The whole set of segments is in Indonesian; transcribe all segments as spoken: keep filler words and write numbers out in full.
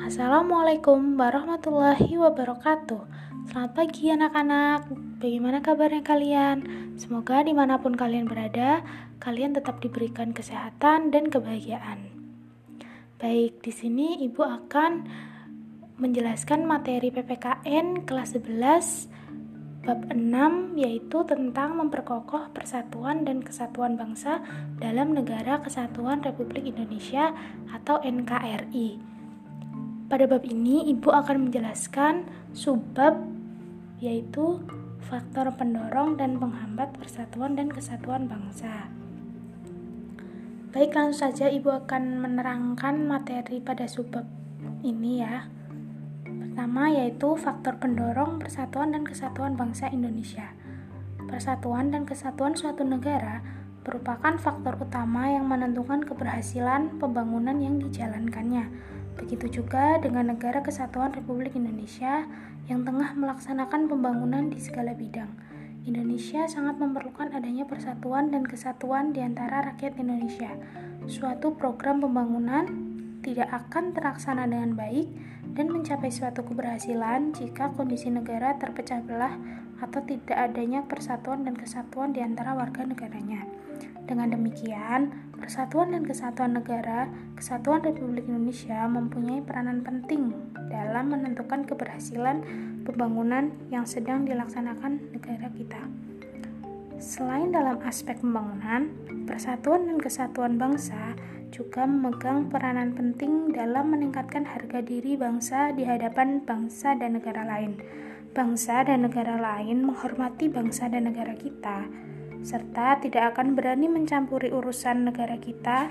Assalamualaikum warahmatullahi wabarakatuh. Selamat pagi anak-anak. Bagaimana kabarnya kalian? Semoga dimanapun kalian berada, kalian tetap diberikan kesehatan dan kebahagiaan. Baik, di sini Ibu akan menjelaskan materi P P K N kelas sebelas bab enam, yaitu tentang memperkokoh persatuan dan kesatuan bangsa dalam Negara Kesatuan Republik Indonesia atau N K R I. Pada bab ini Ibu akan menjelaskan subbab, yaitu faktor pendorong dan penghambat persatuan dan kesatuan bangsa. Baik, langsung saja Ibu akan menerangkan materi pada subbab ini ya. Pertama yaitu faktor pendorong persatuan dan kesatuan bangsa Indonesia. Persatuan dan kesatuan suatu negara merupakan faktor utama yang menentukan keberhasilan pembangunan yang dijalankannya. Begitu juga dengan Negara Kesatuan Republik Indonesia yang tengah melaksanakan pembangunan di segala bidang. Indonesia sangat memerlukan adanya persatuan dan kesatuan di antara rakyat Indonesia. Suatu program pembangunan tidak akan terlaksana dengan baik dan mencapai suatu keberhasilan jika kondisi negara terpecah belah atau tidak adanya persatuan dan kesatuan di antara warga negaranya. Dengan demikian, persatuan dan kesatuan negara Kesatuan Republik Indonesia mempunyai peranan penting dalam menentukan keberhasilan pembangunan yang sedang dilaksanakan negara kita. Selain dalam aspek pembangunan, persatuan dan kesatuan bangsa juga memegang peranan penting dalam meningkatkan harga diri bangsa di hadapan bangsa dan negara lain. Bangsa dan negara lain menghormati bangsa dan negara kita, serta tidak akan berani mencampuri urusan negara kita.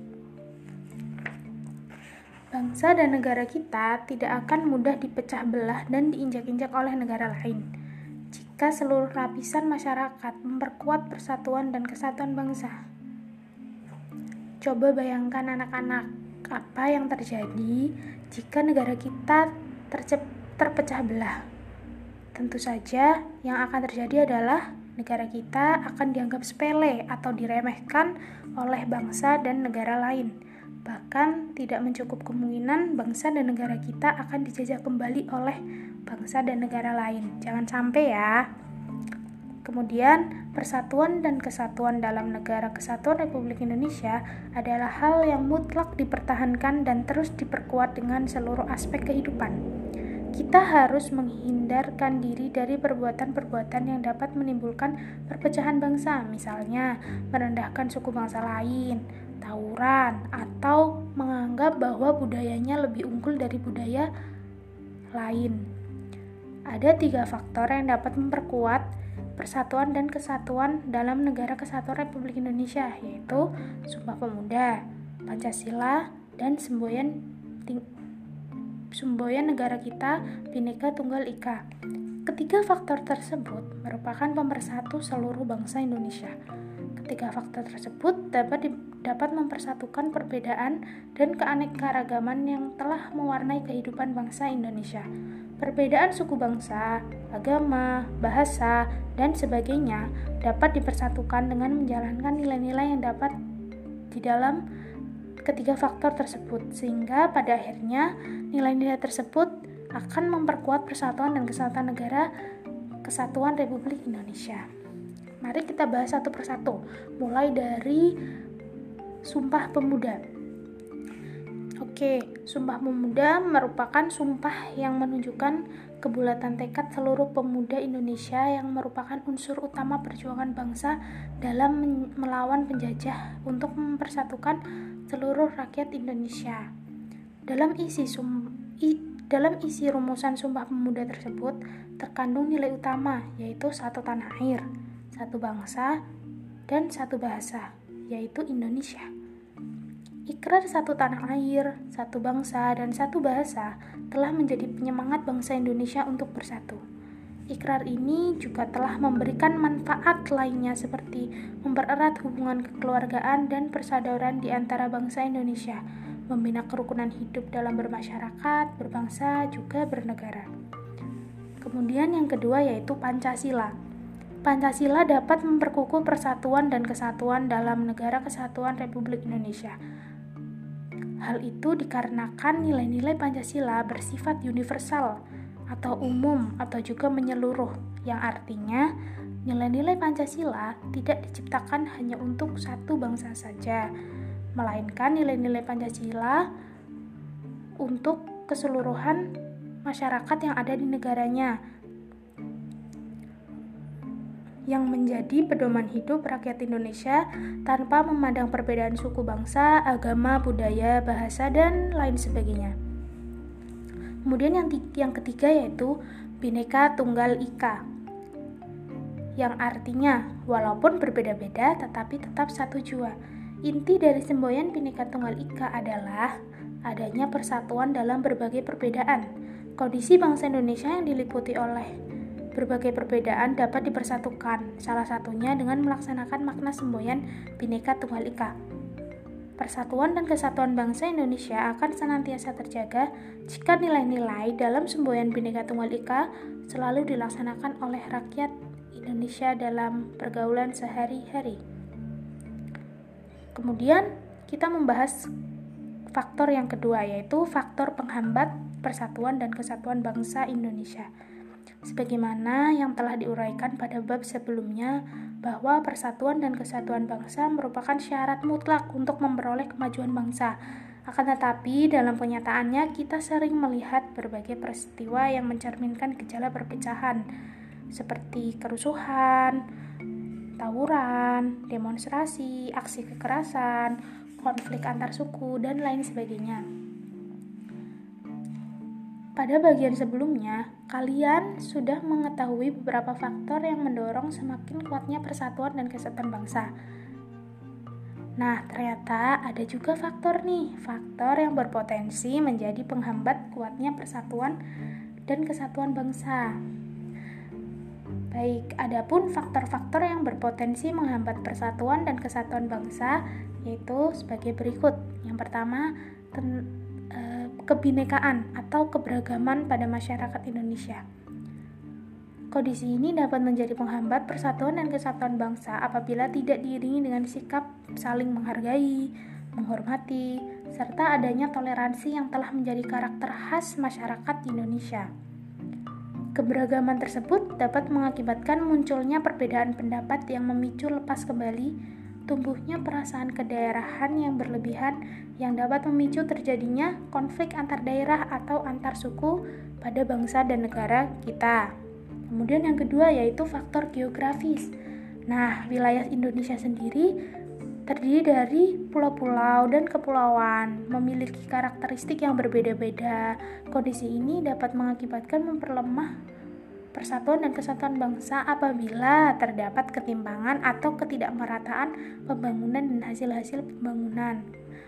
Bangsa dan negara kita tidak akan mudah dipecah belah dan diinjak-injak oleh negara lain. Jika seluruh lapisan masyarakat memperkuat persatuan dan kesatuan bangsa. Coba bayangkan anak-anak, apa yang terjadi jika negara kita tercep- terpecah belah. Tentu saja yang akan terjadi adalah negara kita akan dianggap sepele atau diremehkan oleh bangsa dan negara lain. Bahkan tidak mencukup kemungkinan bangsa dan negara kita akan dijajah kembali oleh bangsa dan negara lain. Jangan sampai ya. Kemudian, persatuan dan kesatuan dalam Negara Kesatuan Republik Indonesia adalah hal yang mutlak dipertahankan dan terus diperkuat dengan seluruh aspek kehidupan. Kita harus menghindarkan diri dari perbuatan-perbuatan yang dapat menimbulkan perpecahan bangsa, misalnya merendahkan suku bangsa lain, tawuran, atau menganggap bahwa budayanya lebih unggul dari budaya lain. Ada tiga faktor yang dapat memperkuat persatuan dan kesatuan dalam Negara Kesatuan Republik Indonesia, yaitu Sumpah Pemuda, Pancasila, dan semboyan ting- semboyan negara kita Bhinneka Tunggal Ika. Ketiga faktor tersebut merupakan pemersatu seluruh bangsa Indonesia. Ketiga faktor tersebut dapat di- dapat mempersatukan perbedaan dan keanekaragaman yang telah mewarnai kehidupan bangsa Indonesia. Perbedaan suku bangsa, agama, bahasa, dan sebagainya dapat dipersatukan dengan menjalankan nilai-nilai yang dapat di dalam ketiga faktor tersebut, sehingga pada akhirnya nilai-nilai tersebut akan memperkuat persatuan dan kesatuan negara Kesatuan Republik Indonesia. Mari kita bahas satu persatu, mulai dari Sumpah Pemuda. Oke, Sumpah Pemuda merupakan sumpah yang menunjukkan kebulatan tekad seluruh pemuda Indonesia yang merupakan unsur utama perjuangan bangsa dalam melawan penjajah untuk mempersatukan seluruh rakyat Indonesia. Dalam isi sum, i, dalam isi rumusan Sumpah Pemuda tersebut terkandung nilai utama, yaitu satu tanah air, satu bangsa, dan satu bahasa, yaitu Indonesia. Ikrar satu tanah air, satu bangsa, dan satu bahasa telah menjadi penyemangat bangsa Indonesia untuk bersatu. Ikrar ini juga telah memberikan manfaat lainnya seperti mempererat hubungan kekeluargaan dan persaudaraan di antara bangsa Indonesia, membina kerukunan hidup dalam bermasyarakat, berbangsa, juga bernegara. Kemudian yang kedua yaitu Pancasila. Pancasila dapat memperkukuh persatuan dan kesatuan dalam Negara Kesatuan Republik Indonesia. Hal itu dikarenakan nilai-nilai Pancasila bersifat universal atau umum atau juga menyeluruh, yang artinya nilai-nilai Pancasila tidak diciptakan hanya untuk satu bangsa saja, melainkan nilai-nilai Pancasila untuk keseluruhan masyarakat yang ada di negaranya, yang menjadi pedoman hidup rakyat Indonesia tanpa memandang perbedaan suku bangsa, agama, budaya, bahasa, dan lain sebagainya. Kemudian yang, yang ketiga yaitu Bhinneka Tunggal Ika, yang artinya walaupun berbeda-beda tetapi tetap satu jua. Inti dari semboyan Bhinneka Tunggal Ika adalah adanya persatuan dalam berbagai perbedaan. Kondisi bangsa Indonesia yang diliputi oleh berbagai perbedaan dapat dipersatukan, salah satunya dengan melaksanakan makna semboyan Bhinneka Tunggal Ika. Persatuan dan kesatuan bangsa Indonesia akan senantiasa terjaga jika nilai-nilai dalam semboyan Bhinneka Tunggal Ika selalu dilaksanakan oleh rakyat Indonesia dalam pergaulan sehari-hari. Kemudian kita membahas faktor yang kedua, yaitu faktor penghambat persatuan dan kesatuan bangsa Indonesia. Sebagaimana yang telah diuraikan pada bab sebelumnya, bahwa persatuan dan kesatuan bangsa merupakan syarat mutlak untuk memperoleh kemajuan bangsa. Akan tetapi, dalam kenyataannya kita sering melihat berbagai peristiwa yang mencerminkan gejala perpecahan, seperti kerusuhan, tawuran, demonstrasi, aksi kekerasan, konflik antar suku, dan lain sebagainya. Pada bagian sebelumnya, kalian sudah mengetahui beberapa faktor yang mendorong semakin kuatnya persatuan dan kesatuan bangsa. Nah, ternyata ada juga faktor nih, faktor yang berpotensi menjadi penghambat kuatnya persatuan dan kesatuan bangsa. Baik, adapun faktor-faktor yang berpotensi menghambat persatuan dan kesatuan bangsa yaitu sebagai berikut. Yang pertama, ten- kebinekaan atau keberagaman pada masyarakat Indonesia. Kondisi ini dapat menjadi penghambat persatuan dan kesatuan bangsa apabila tidak diiringi dengan sikap saling menghargai, menghormati, serta adanya toleransi yang telah menjadi karakter khas masyarakat Indonesia. Keberagaman tersebut dapat mengakibatkan munculnya perbedaan pendapat yang memicu lepas kembali tumbuhnya perasaan kedaerahan yang berlebihan yang dapat memicu terjadinya konflik antar daerah atau antar suku pada bangsa dan negara kita. Kemudian yang kedua yaitu faktor geografis. Nah, wilayah Indonesia sendiri terdiri dari pulau-pulau dan kepulauan, memiliki karakteristik yang berbeda-beda. Kondisi ini dapat mengakibatkan memperlemah persatuan dan kesatuan bangsa apabila terdapat ketimpangan atau ketidakmerataan pembangunan dan hasil-hasil pembangunan.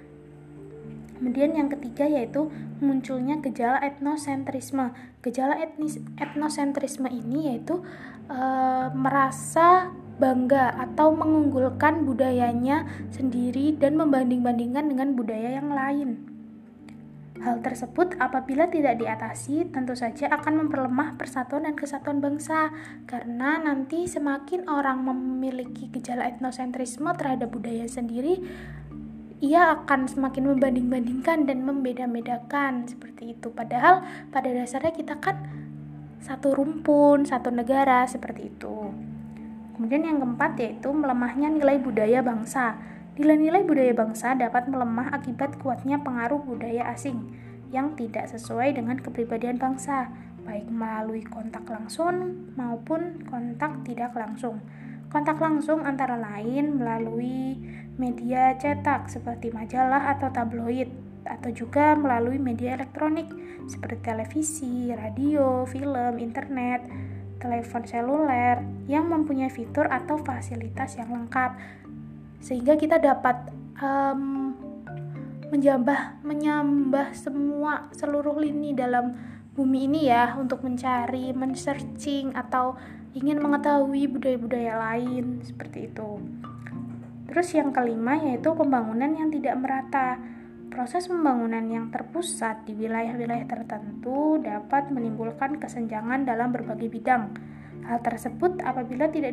Kemudian yang ketiga yaitu munculnya gejala etnosentrisme. Gejala etnis, etnosentrisme ini yaitu e, merasa bangga atau mengunggulkan budayanya sendiri dan membanding-bandingkan dengan budaya yang lain. Hal tersebut apabila tidak diatasi tentu saja akan memperlemah persatuan dan kesatuan bangsa, karena nanti semakin orang memiliki gejala etnosentrisme terhadap budaya sendiri, ia akan semakin membanding-bandingkan dan membeda-bedakan seperti itu. Padahal pada dasarnya kita kan satu rumpun, satu negara seperti itu. Kemudian yang keempat yaitu melemahnya nilai budaya bangsa. Nilai-nilai budaya bangsa dapat melemah akibat kuatnya pengaruh budaya asing yang tidak sesuai dengan kepribadian bangsa, baik melalui kontak langsung maupun kontak tidak langsung. Kontak langsung antara lain melalui media cetak seperti majalah atau tabloid, atau juga melalui media elektronik seperti televisi, radio, film, internet, telepon seluler yang mempunyai fitur atau fasilitas yang lengkap, sehingga kita dapat um, menjambah, menyambah semua seluruh lini dalam bumi ini ya, untuk mencari, men-searching atau ingin mengetahui budaya-budaya lain seperti itu. Terus yang kelima yaitu pembangunan yang tidak merata. Proses pembangunan yang terpusat di wilayah-wilayah tertentu dapat menimbulkan kesenjangan dalam berbagai bidang. Hal tersebut apabila tidak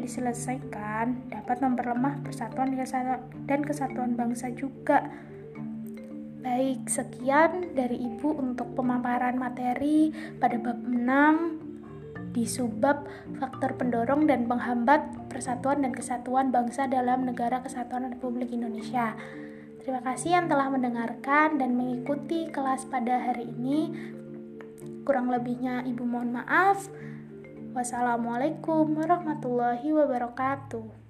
diselesaikan dapat memperlemah persatuan dan kesatuan bangsa juga. Baik, sekian dari Ibu untuk pemaparan materi pada bab enam di subbab faktor pendorong dan penghambat persatuan dan kesatuan bangsa dalam Negara Kesatuan Republik Indonesia. Terima kasih yang telah mendengarkan dan mengikuti kelas pada hari ini. Kurang lebihnya Ibu mohon maaf. Wassalamualaikum warahmatullahi wabarakatuh.